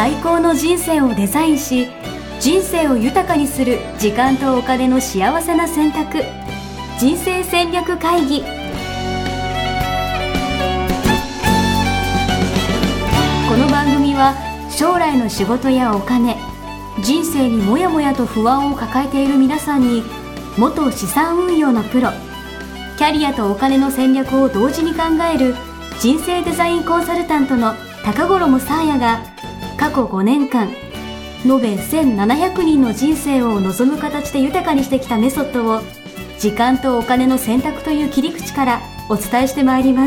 最高の人生をデザインし、人生を豊かにする時間とお金の幸せな選択。人生戦略会議。この番組は将来の仕事やお金、人生にもやもやと不安を抱えている皆さんに、元資産運用のプロ、キャリアとお金の戦略を同時に考える人生デザインコンサルタントの高頃もさあやが、過去5年間延べ1700人の人生を望む形で豊かにしてきたメソッドを、時間とお金の選択という切り口からお伝えしてまいります。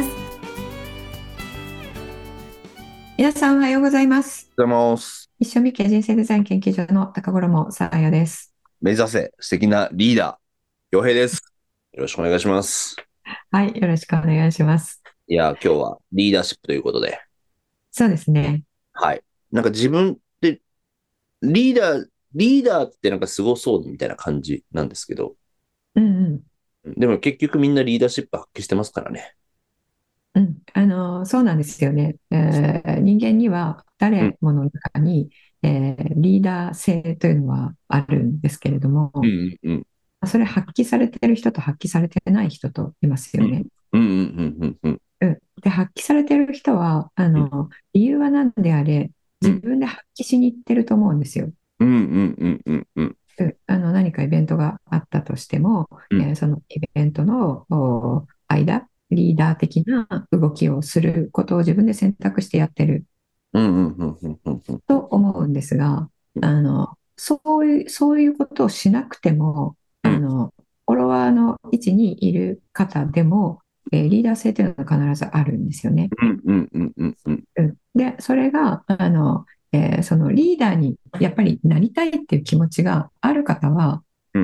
皆さんおはようございます。 おはようございます。 一緒みけ人生デザイン研究所の高頃もさあやです。 目指せ素敵なリーダー、洋平です。よろしくお願いします。 はい、よろしくお願いします。 いや、今日はリーダーシップということで。 そうですね。 はい。なんか自分ってリーダーってなんかすごそうみたいな感じなんですけど、でも結局みんなリーダーシップ発揮してますからね。 そうなんですよね。人間には誰もの中に、リーダー性というのはあるんですけれども、それ発揮されている人と発揮されてない人といますよね。で、発揮されている人は理由は何であれ自分で発揮しに行ってると思うんですよ。何かイベントがあったとしても、そのイベントの間、リーダー的な動きをすることを自分で選択してやってると思うんですが、そういうことをしなくても、フォロワーの位置にいる方でも、リーダー性というのは必ずあるんですよね。で、それがそのリーダーにやっぱりなりたいっていう気持ちがある方は、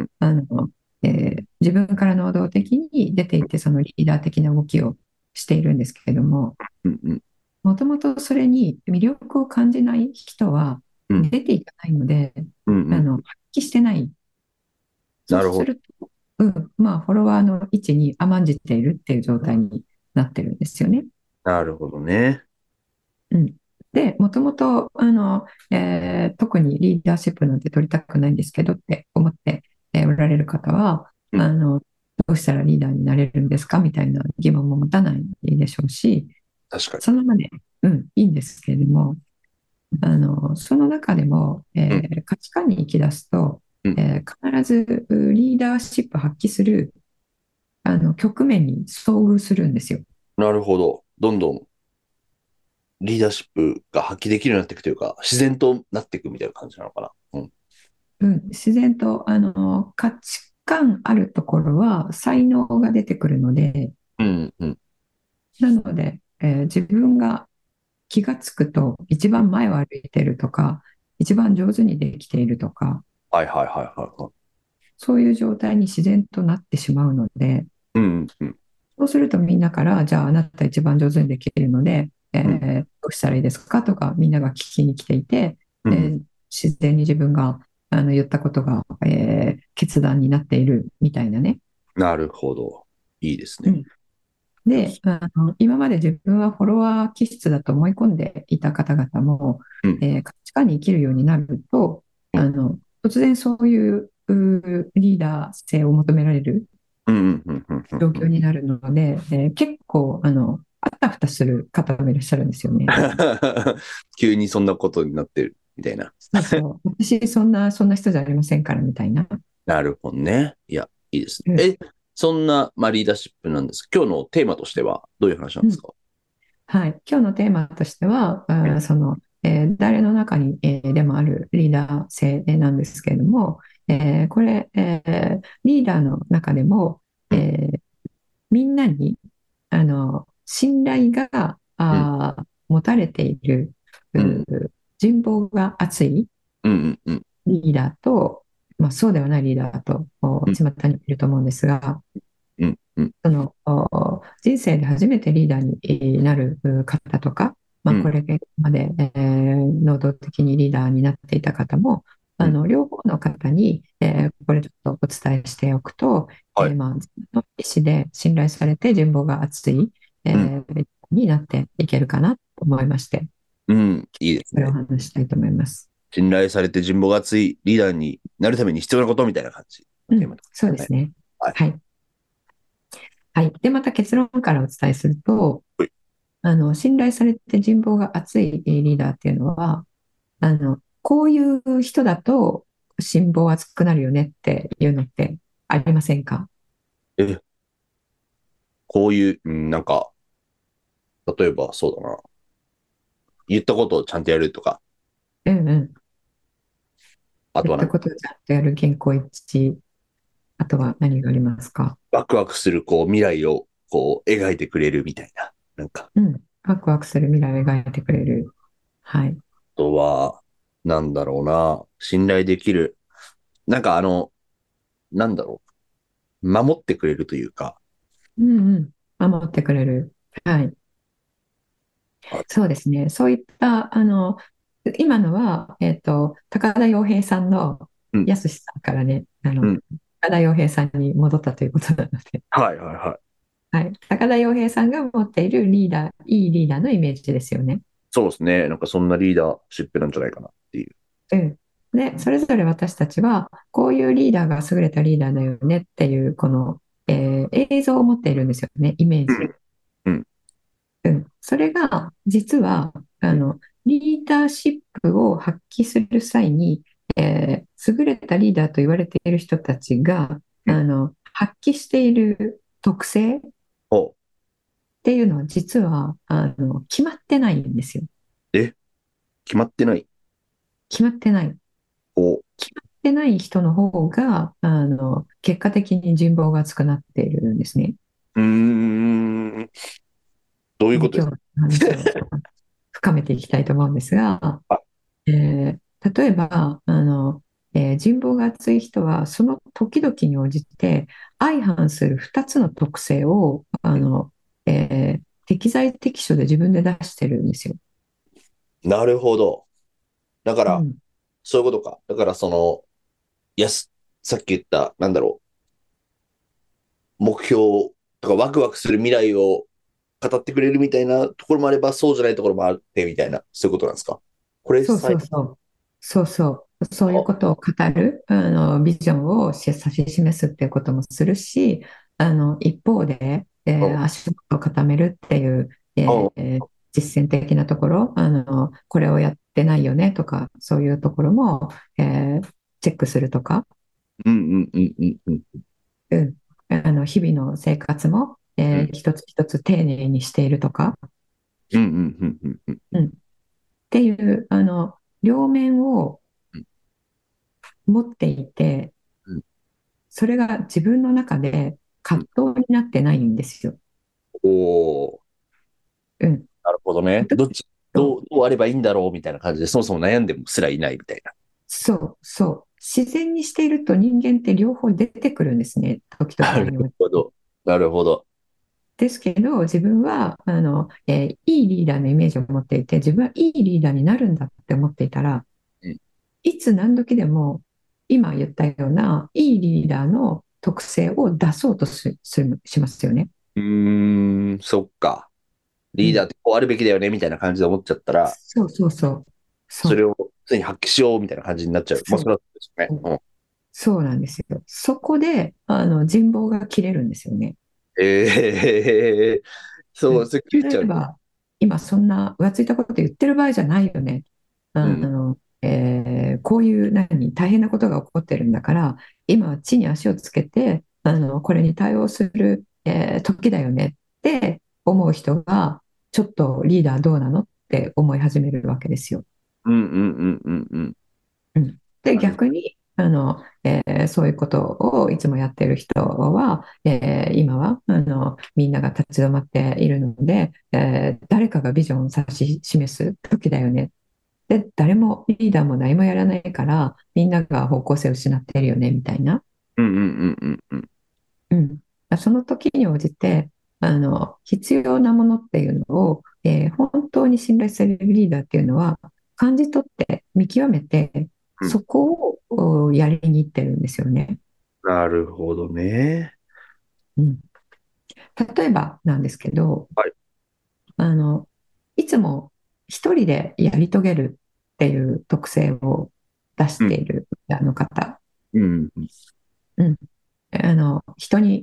自分から能動的に出ていってそのリーダー的な動きをしているんですけれども、もともとそれに魅力を感じない人は出ていかないので、発揮してない。そうすると、フォロワーの位置に甘んじているっていう状態になってるんですよね。 なるほどね。 で、もともと特にリーダーシップなんて取りたくないんですけどって思っておられる方は、どうしたらリーダーになれるんですかみたいな疑問も持たないでしょうし、 確かにそのまで、いいんですけれども、その中でも、価値観に行き出すと、必ずリーダーシップ発揮する局面に遭遇するんですよ。 なるほど。どんどんリーダーシップが発揮できるようになっていくというか、自然となっていくみたいな感じなのかな。 自然と価値観あるところは才能が出てくるので、なので、自分が気がつくと一番前を歩いているとか、一番上手にできているとか、そういう状態に自然となってしまうので、そうするとみんなから、じゃああなた一番上手にできるので、どうしたらいいですかとか、みんなが聞きに来ていて、自然に自分が言ったことが、決断になっているみたいなね。 なるほど。いいですね。 で、今まで自分はフォロワー気質だと思い込んでいた方々も、価値観に生きるようになると、突然そういうリーダー性を求められる状況になるので、結構あたふたする方もいらっしゃるんですよね。 急にそんなことになってるみたいな。 そう私そんな人じゃありませんからみたいな。 なるほどね。いや、いいですね。そんな、リーダーシップなんですけど、今日のテーマとしてはどういう話なんですか？ はい、今日のテーマとしては、誰の中に、でもあるリーダー性なんですけれども、これ、リーダーの中でも、みんなに信頼が持たれている、人望が厚いリーダーと、そうではないリーダーと巷にいると思うんですが、その人生で初めてリーダーになる方とか、これまで、能動的にリーダーになっていた方も、両方の方に、これちょっとお伝えしておくと、自分の意思で信頼されて人望が厚い、になっていけるかなと思いまして。 うん、いいですそれをね。 話したいと思います。 信頼されて人望が厚いリーダーになるために必要なことみたいな感じのテーマですね。 そうですね。 はい。 はい。はい。で、また結論からお伝えすると、 はい。 信頼されて人望が厚いリーダーっていうのは、こういう人だと信望厚くなるよねっていうのってありませんか？ え、こういう、なんか、例えばそうだな。言ったことをちゃんとやるとか、 うんうん。言ったあとはことをちゃんとやる健康一致。あとは何がありますか？ ワクワクする、未来を、描いてくれるみたいな。 うん。ワクワクする未来を描いてくれる。はい。 あとは、なんだろうな。信頼できる。なんだろ守ってくれるというか、 うんうん。守ってくれる。はい。 あ、 そうですね。そういった、今のは、高田洋平さんの、 うん、 やすしさんからね、 うん。 高田洋平さんに戻ったということなので、 はいはいはい。 はい。高田洋平さんが持っているリーダー、いいリーダーのイメージですよね。 そうですね。そんなリーダーシップなんじゃないかなっていう。 うん。で、それぞれ私たちは、こういうリーダーが優れたリーダーだよねっていう、この、映像を持っているんですよね、イメージ。 うん、うん、 うん。それが、実は、リーダーシップを発揮する際に、優れたリーダーと言われている人たちが、 うん。 発揮している特性っお、 ていうのは、実は、決まってないんですよ。 え、決まってない。 決まってない。 お、 決まってない人の方が、結果的に人望が厚くなっているんですね。 うーん、どういうことですか？ で今日の話を深めていきたいと思うんですが、 あ、 例えば、人望が厚い人は、その時々に応じて相反する2つの特性を、適材適所で自分で出してるんですよ。 なるほど。だから、 うん。 そういうことか。だから、やす、さっき言った、目標とかワクワクする未来を語ってくれるみたいなところもあれば、そうじゃないところもあってみたいな、そういうことなんですか？これそうさえ、 そうそう。そうそう。そういうあ、 ことを語る、ビジョンを指し示すっていうこともするし、一方で、 うん、 足元を固めるっていう、 うん、 実践的なところ、これをやってないよねとか、そういうところも、チェックするとか、 うん、うん、うん、うん、 うん、日々の生活も、 うん、 一つ一つ丁寧にしているとか、 うん、うん、うん、うん、うん、 うん、っていう、両面を持っていて、 うん、 それが自分の中でうん。 葛藤になってないんですよ。 おー、 うん。 なるほどね。どうあればいいんだろうみたいな感じで、そもそも悩んでもすらいないみたいな。 そうそう。自然にしていると人間って両方出てくるんですね。時となる場合によって。 ほど。なるほど。 ですけど、自分は、いいリーダーのイメージを持っていて、自分はいいリーダーになるんだって思っていたら、 うん。 いつ何時でも、今言ったような、いいリーダーの特性を出そうとしますよね。 そっか。 うん。 リーダーってこうあるべきだよねみたいな感じで思っちゃったら、 そうそうそう。そう。 それを常に発揮しようみたいな感じになっちゃう。まあ、そそう。 れはそうですよね。 そうなんですよ。そこで、人望が切れるんですよね。 うん。そう、 うん。 それ切れちゃう。 例えば、今そんな浮ついたこと言ってる場合じゃないよね。 うん。 こういう大変なことが起こってるんだから、今は地に足をつけて、これに対応する、時だよねって思う人が、ちょっとリーダーどうなのって思い始めるわけですよ。 うんうんうんうんうん。 うん。で、 なる逆に、そういうことをいつもやっている人は、今はみんなが立ち止まっているので、誰かがビジョンを指し示す時だよね。で、誰もリーダーも何もやらないから、みんなが方向性を失っているよね、みたいな。 うんうんうんうんうん。 うん。その時に応じて、必要なものっていうのを、本当に信頼されるリーダーっていうのは、感じ取って見極めて、 うん。 そこをやりに行ってるんですよね。 なるほどね。 うん。例えばなんですけど、 はい。 あの、いつも、 一人でやり遂げるっていう特性を出しうん。 ているあの方。 うん。 うん。人に、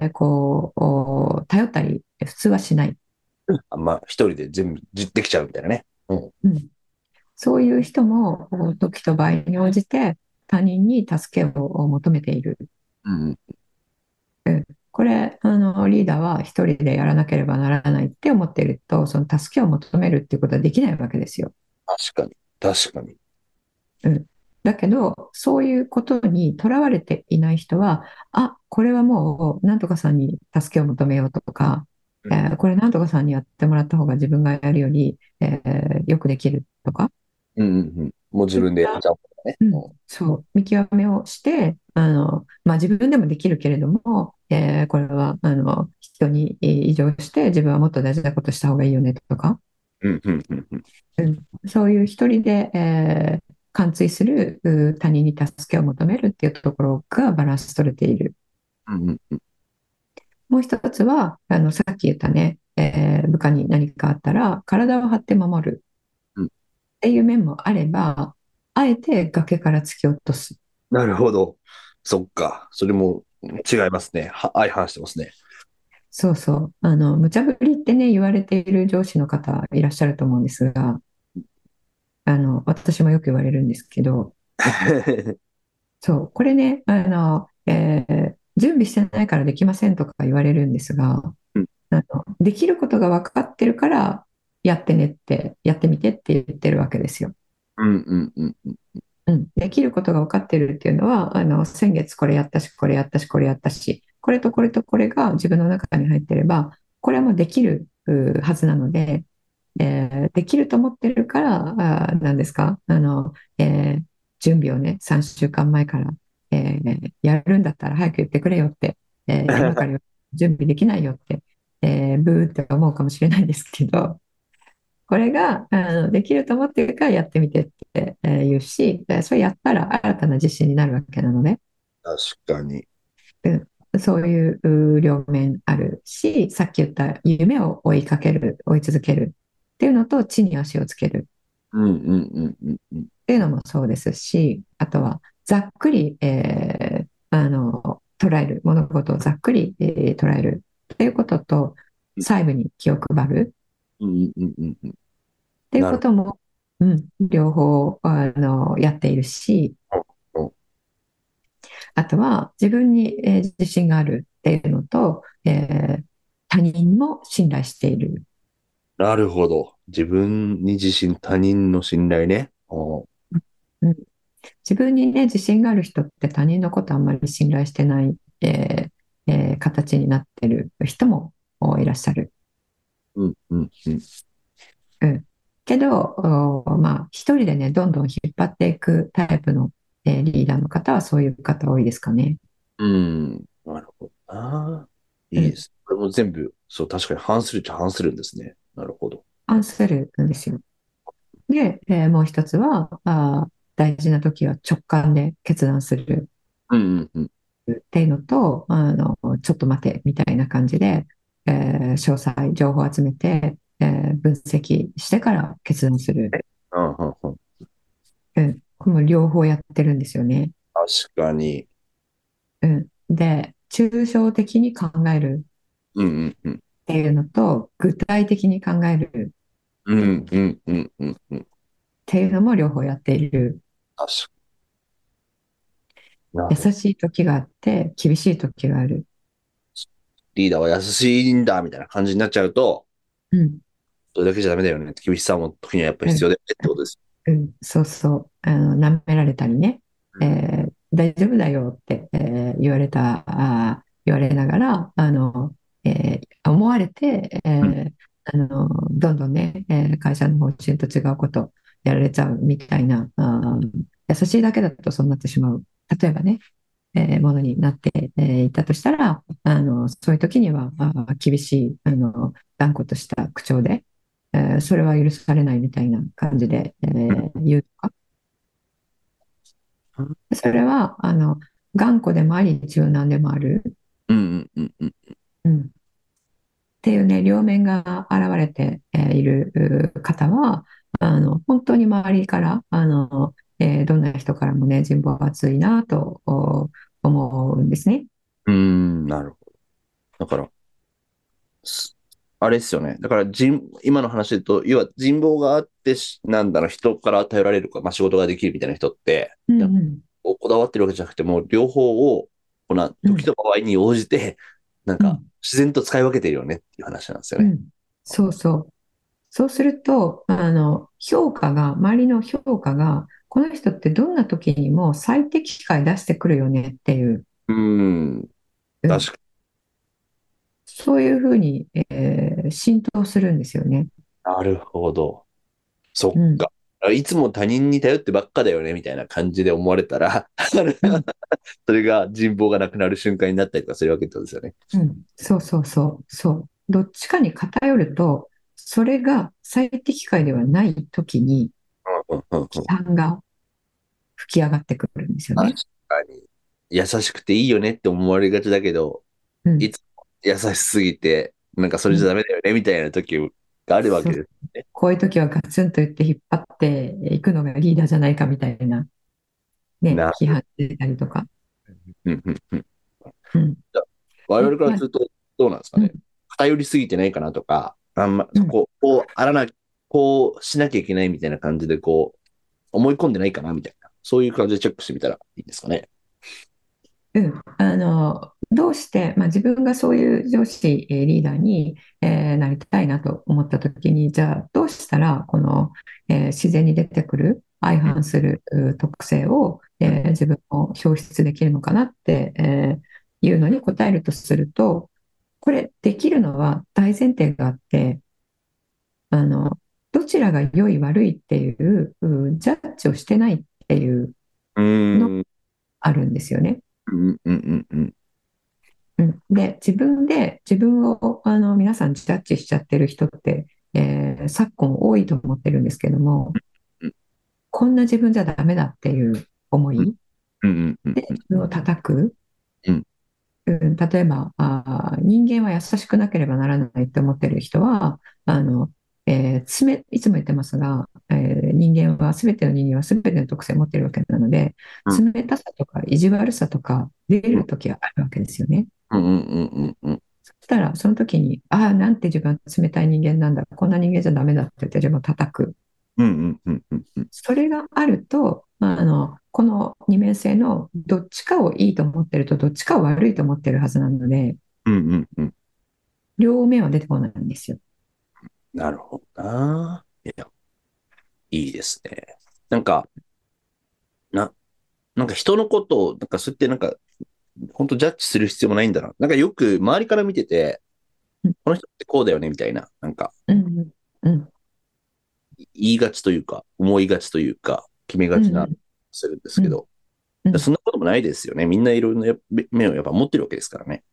頼ったり普通はしない。 あんま一人で全部できちゃうみたいなね。うん。 うん。そういう人も時と場合に応じて他人に助けを求めている。 うん。 うん。これ、リーダーは一人でやらなければならないって思っていると、その助けを求めるっていうことはできないわけですよ。 確かに。確かに。 うん。だけど、そういうことにとらわれていない人は、あ、これはもう、なんとかさんに助けを求めようとか、 うん。 これなんとかさんにやってもらった方が自分がやるより、よくできるとか、 うん。うん。もう自分でやっそういった、 ちゃおうとかね。 うん、 うん。 そう、見極めをして、まあ、自分でもできるけれども、これは、人に異常して、自分はもっと大事なことした方がいいよねとか、 うん。うん。うん。うん。 うん、そういう一人で、貫通する他人に助けを求めるっていうところがバランス取れている。 うん。うん。 もう一つは、さっき言ったね、部下に何かあったら体を張って守るうん。 っていう面もあれば、あえて崖から突き落とす。 なるほど。そっか。それも違いますね。相反してますね。 そうそう。無茶ぶりってね、言われている上司の方いらっしゃると思うんですが、私もよく言われるんですけど、そう、これね、準備してないからできませんとか言われるんですが、 うん。 できることが分かってるからやってねって、やってみてって言ってるわけですよ。 うん。うん。うん。うん。 うん、できることが分かってるっていうのは、先月これやったし、これやったし、これやったし、これとこれとこれが自分の中に入ってれば、これもできるはずなので、できると思ってるから、なんですか、準備をね、3週間前から、やるんだったら早く言ってくれよって、今から準備できないよって、ブーって思うかもしれないんですけど、これができると思ってるからやってみてって言うし、それやったら新たな自信になるわけなので、 確かに。 そういう両面あるし、さっき言った夢を追いかける、追い続けるっていうのと地に足をつけるうん。うん。うん。うん。うん。 っていうのもそうですし、あとはざっくり、捉える、物事をざっくり、捉えるっていうことと、細部に気を配るうん。うん。うん。うん。 っていうなることも、うん、両方やっているし、 ほど。 あとは自分に、自信があるっていうのと、他人も信頼している。 なるほど。自分に自信、他人の信頼ね。 うん、自分にね、自信がある人って他人のことあんまり信頼してない、形になってる人もいらっしゃる。 うん。うん。うん。 うん。けど、まあ、一人でね、どんどん引っ張っていくタイプの、リーダーの方はそういう方多いですかね。 うん。なるほどな。 うん。 いいです。これも全部、そう、確かに反するっちゃ反するんですね。なるほど。 アンスるんですよ。で、もう一つは、大事な時は直感で決断するうん。うん。うん。 っていうのと、ちょっと待てみたいな感じで、詳細、情報を集めて、分析してから決断する。 うん。うん。うん。 うん。これも両方やってるんですよね。 確かに。 うん。で、抽象的に考えるうん。うん。うん。 っていうのと、具体的に考えるうん。うん。うん。うん。うん。 っていうのも両方やっている。 確かに。なる優ほど。 しい時があって、厳しい時がある。 リーダーは優しいんだ、みたいな感じになっちゃうと、 うん。 それだけじゃダメだよね。厳しさも時にはやっぱうん。 必要だよねってことです。 うん、そうそう、舐められたりね、大丈夫だよって、言われながら、思われて、 うん。 どんどんね、会社の方針と違うことやられちゃうみたいな、優しいだけだとそうなってしまう。例えばね、ものになって、いたとしたら、そういう時には、厳しい、断固とした口調で、それは許されないみたいな感じで、言うとか、それは、頑固でもあり、柔軟でもある。 うん。うん。うん。うん。 うん。 ていうね、両面が現れている方は、本当に周りから、どんな人からもね、人望厚いなと思うんですね。 なるほど。だから、あれですよね。だから今の話で言うと、要は人望があってなんだろう、人から頼られるか、まあ仕事ができるみたいな人って、 うんうんこだわってるわけじゃなくて、もう両方を、時と場合に応じて、なんか、 うん自然と使い分けてるよねっていう話なんですよね。 うん、そうそう。そうすると、周りの評価が、この人ってどんな時にも最適解出してくるよねっていう、 うーん、 うん、 確かそういうふうに、浸透するんですよね。 に。なるほど。そうん、 っか。いつも他人に頼ってばっかだよね、みたいな感じで思われたら、 うん、 それが人望がなくなる瞬間になったりとかするわけってことですよね。 うん、そうそうそう、そう。どっちかに偏ると、それが最適解ではない時に、 うんうんうん。 批判が吹き上がってくるんですよ確ね。 かに。優しくていいよねって思われがちだけど、 うん、 いつも優しすぎて、なんかそれじゃうん、 ダメだよね、みたいな時があるわそう。 けですね。 こういう時はガツンと言って引っ張っていくのがリーダーじゃないかみたいな、ね、 なる批判してたりとか。 うんうんうん。 うん。 じゃあ我々からまあ、 すると、どうなんですかうん、 ね。偏りすぎてないかなとか、 うん、 こうしなきゃいけないみたいな感じで、こう、思い込んでないかなみたいな。そういう感じでチェックしてみたらいいですかね。 うん。どうして、まあ、自分がそういう上司、リーダーに、なりたいなと思った時に、じゃあどうしたら、この、自然に出てくる相うん反する特性を、 うん自分も表出できるのかなって、いうのに答えるとすると、これできるのは大前提があって、あの、どちらが良い悪いっていうジャッジをしてないっていううのーん。 あるんですよね。 うんうんうんうん。 うん、で、自分を皆さんジャッジしちゃってる人って、昨今多いと思ってるんですけども、 うんこんな自分じゃダメだっていう思うんいうんうんで自分を叩く。 うん例えば人間は優しくなければならないって思ってる人はいつも言ってますが、全ての人間は全ての特性を持っているわけなので、 うん冷たさとか意地悪さとか出るときはあるわけですよね。 うんうんうんうんそしたらその時に、ああ、なんて自分は冷たい人間なんだ、こんな人間じゃダメだって言って自分を叩く。 うんうんうんうんそれがあると、この二面性のどっちかをいいと思ってると、どっちかを悪いと思ってるはずなので、 うんうんうん。 両面は出てこないんですよ。 なるほどな。いや、いいですね。なんか、な、なんか人のことを、なんかそうやってなんか、本当ジャッジする必要もないんだな。なんかよく周りから見てて、 うんこの人ってこうだよねみたいな、なんかうんうん言いがちというか、思いがちというか、決めがちな、 うんするんですうんけど、 うんそんなこともないですよね。みんないろんな面をやっぱ持ってるわけですからね。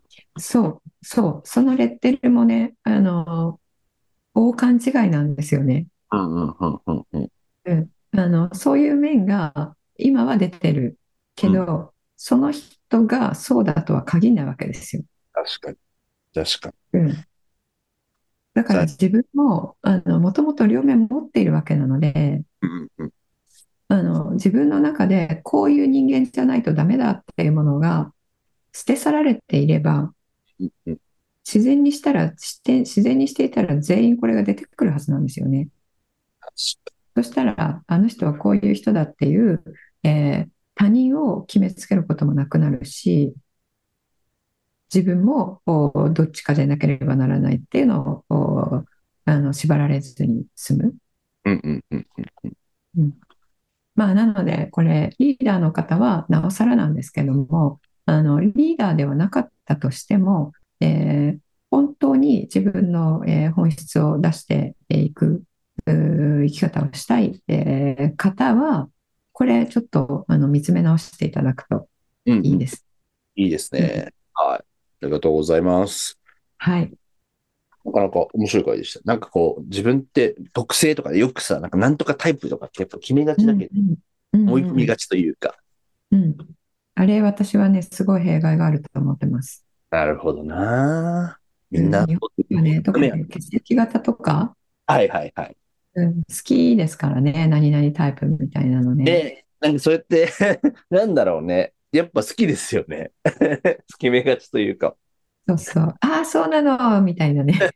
そのレッテルもね、大勘違いなんですよね。 うんうんうんうんうん。 うん、そういう面が今は出てるけうん、 ど、その人がそうだとは限らないわけですよ。 確かに。確かに。 うん、だからさ自分ももともと両面持っているわけなので、 うんうん自分の中でこういう人間じゃないとダメだっていうものが捨て去られていれば、 うんうん。 自然にしていたら全員これが出てくるはずなんですよね。 確そしたら、あの人はこういう人だっていう、他人を決めつけることもなくなるし、自分もどっちかでなければならないっていうのを縛られずに済む。 うんうんうんうんうん、まあ、なので、これ、リーダーの方はなおさらなんですけども、リーダーではなかったとしても、本当に自分の、本質を出していく生き方をしたい、方は、これちょっと見つめ直していただくとうんうん。 いいです。 いいですうん、 ね。はい。ありがとうございます。 はい。 なかなか面白い回でした。なんかこう、自分って特性とかでよくさ、なんとかタイプとかってやっぱ決めがうんちだけど、 うんうんうん思い込みがちというか。 うん。あれ、私はね、すごい弊害があると思ってます。 なるほどな。 みんな、 日本はね、特に血液型とか、 はいはいはい。 好きですからね、何々タイプみたいなのね。 で、なんかそうやってなんだろうね。やっぱ好きですよね。好きめがちというか。 そうそう。ああ、そうなの、みたいなね。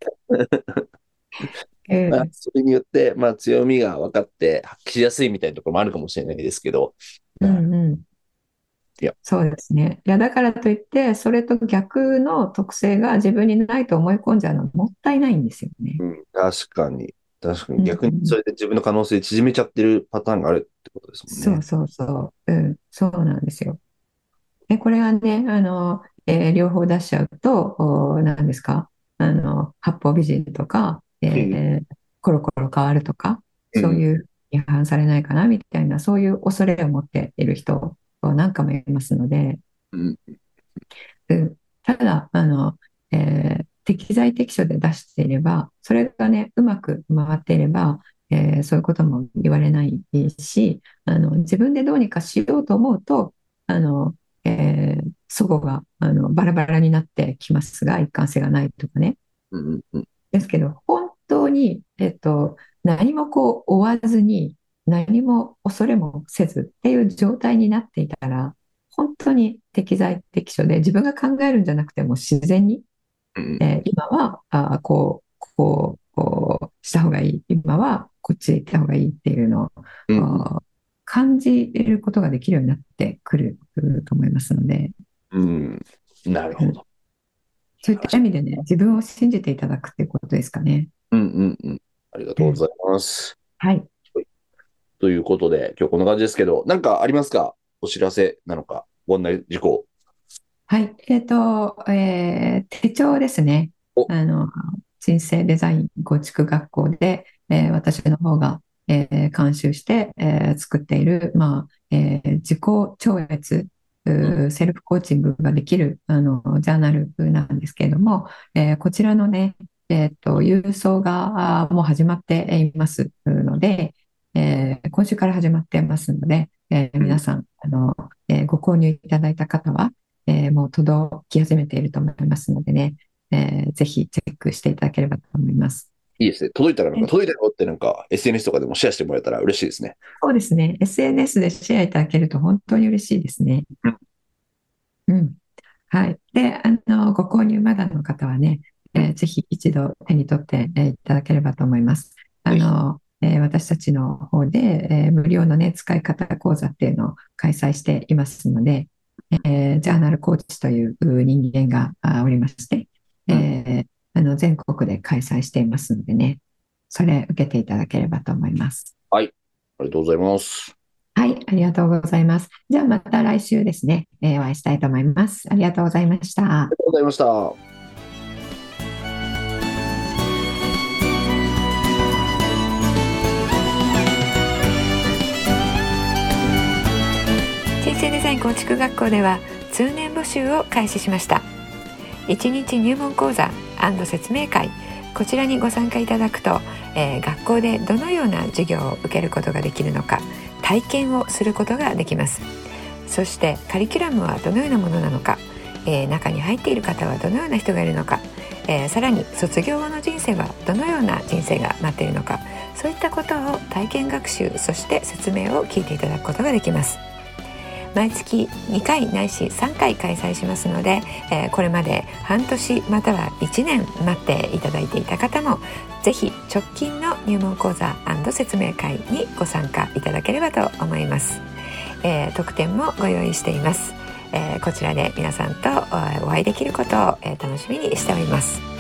まあ、 うんそれによって、まあ、強みが分かって発揮しやすいみたいなところもあるかもしれないですけど、 うはい。 んうん。 いや、 そうですね。いや、だからといって、それと逆の特性が自分にないと思い込んじゃうのはもったいないんですよね。 うん、確かに。確かに。 うん逆にうん。 それで自分の可能性縮めちゃってるパターンがあるってことですもんね。 そうそうそう。そうなんですよ。これがね、両方出しちゃうと、何ですか、八方美人とか、 うん。 コロコロ変わるとか、 うん。 そういう違反されないかなみたいな、そういう恐れを持っている人なんかもいますので、 うん。 ただ、適材適所で出していれば、それがね、うまく回っていれば、そういうことも言われないし、自分でどうにかしようと思うと、あの、齟齬がバラバラになってきますが、一貫性がないとかね。 うん。うん。 ですけど、本当に、何もこう追わずに、何も恐れもせずっていう状態になっていたら、本当に適材適所で自分が考えるんじゃなくても自然に、 うん。 今はこうした方がいい、今はこっちへ行った方がいいっていうのをうん。うん。 あ感じることができるようになってくると思いますので、 うん。なるうん、 ほど。 そういった意味でね、自分を信じていただくっていうことですかね。 うんうんうん。ありがとうん、 うございます。 はい。 ということで、今日こんな感じですけど、なんかありますか？お知らせなのか、ご案内事項。 はい。手帳ですね。 お、 人生デザイン構築学校で、私の方が、監修して、作っている、自己超越、 うん、 セルフコーチングができる、ジャーナルなんですけれども、こちらのね、郵送がもう始まっていますので、今週から始まっていますので、 うん。 皆さん、ご購入いただいた方は、もう届き始めていると思いますのでね、ぜひチェックしていただければと思います。 いいですね。届いたらなんか、 で届いたよってなんか、SNS とかでもシェアしてもらえたら嬉しいですね。 そうですね、SNS でシェアいただけると本当に嬉しいですね。 うん。 うん。はい。で、ご購入まだの方はね、 うん。 ぜひ一度手に取って、いただければと思います。 ぜひ。 私たちの方で、無料のね、使い方講座っていうのを開催していますので、ジャーナルコーチという人間がおりまして、 うん。 全国で開催していますのでね、それ受けていただければと思います。 はい。ありがとうございます。 はい、ありがとうございます。じゃあまた来週ですね、お会いしたいと思います。ありがとうございました。 ありがとうございました。 人生デザイン構築学校では通年募集を開始しました。1日入門講座&説明会、こちらにご参加いただくと、学校でどのような授業を受けることができるのか、体験をすることができます。そしてカリキュラムはどのようなものなのか、中に入っている方はどのような人がいるのか、さらに卒業後の人生はどのような人生が待っているのか、そういったことを体験学習、そして説明を聞いていただくことができます。毎月2回ないし3回開催しますので、これまで半年または1年待っていただいていた方も、ぜひ直近の入門講座&説明会にご参加いただければと思います。特典もご用意しています。こちらで皆さんとお会いできることを楽しみにしております。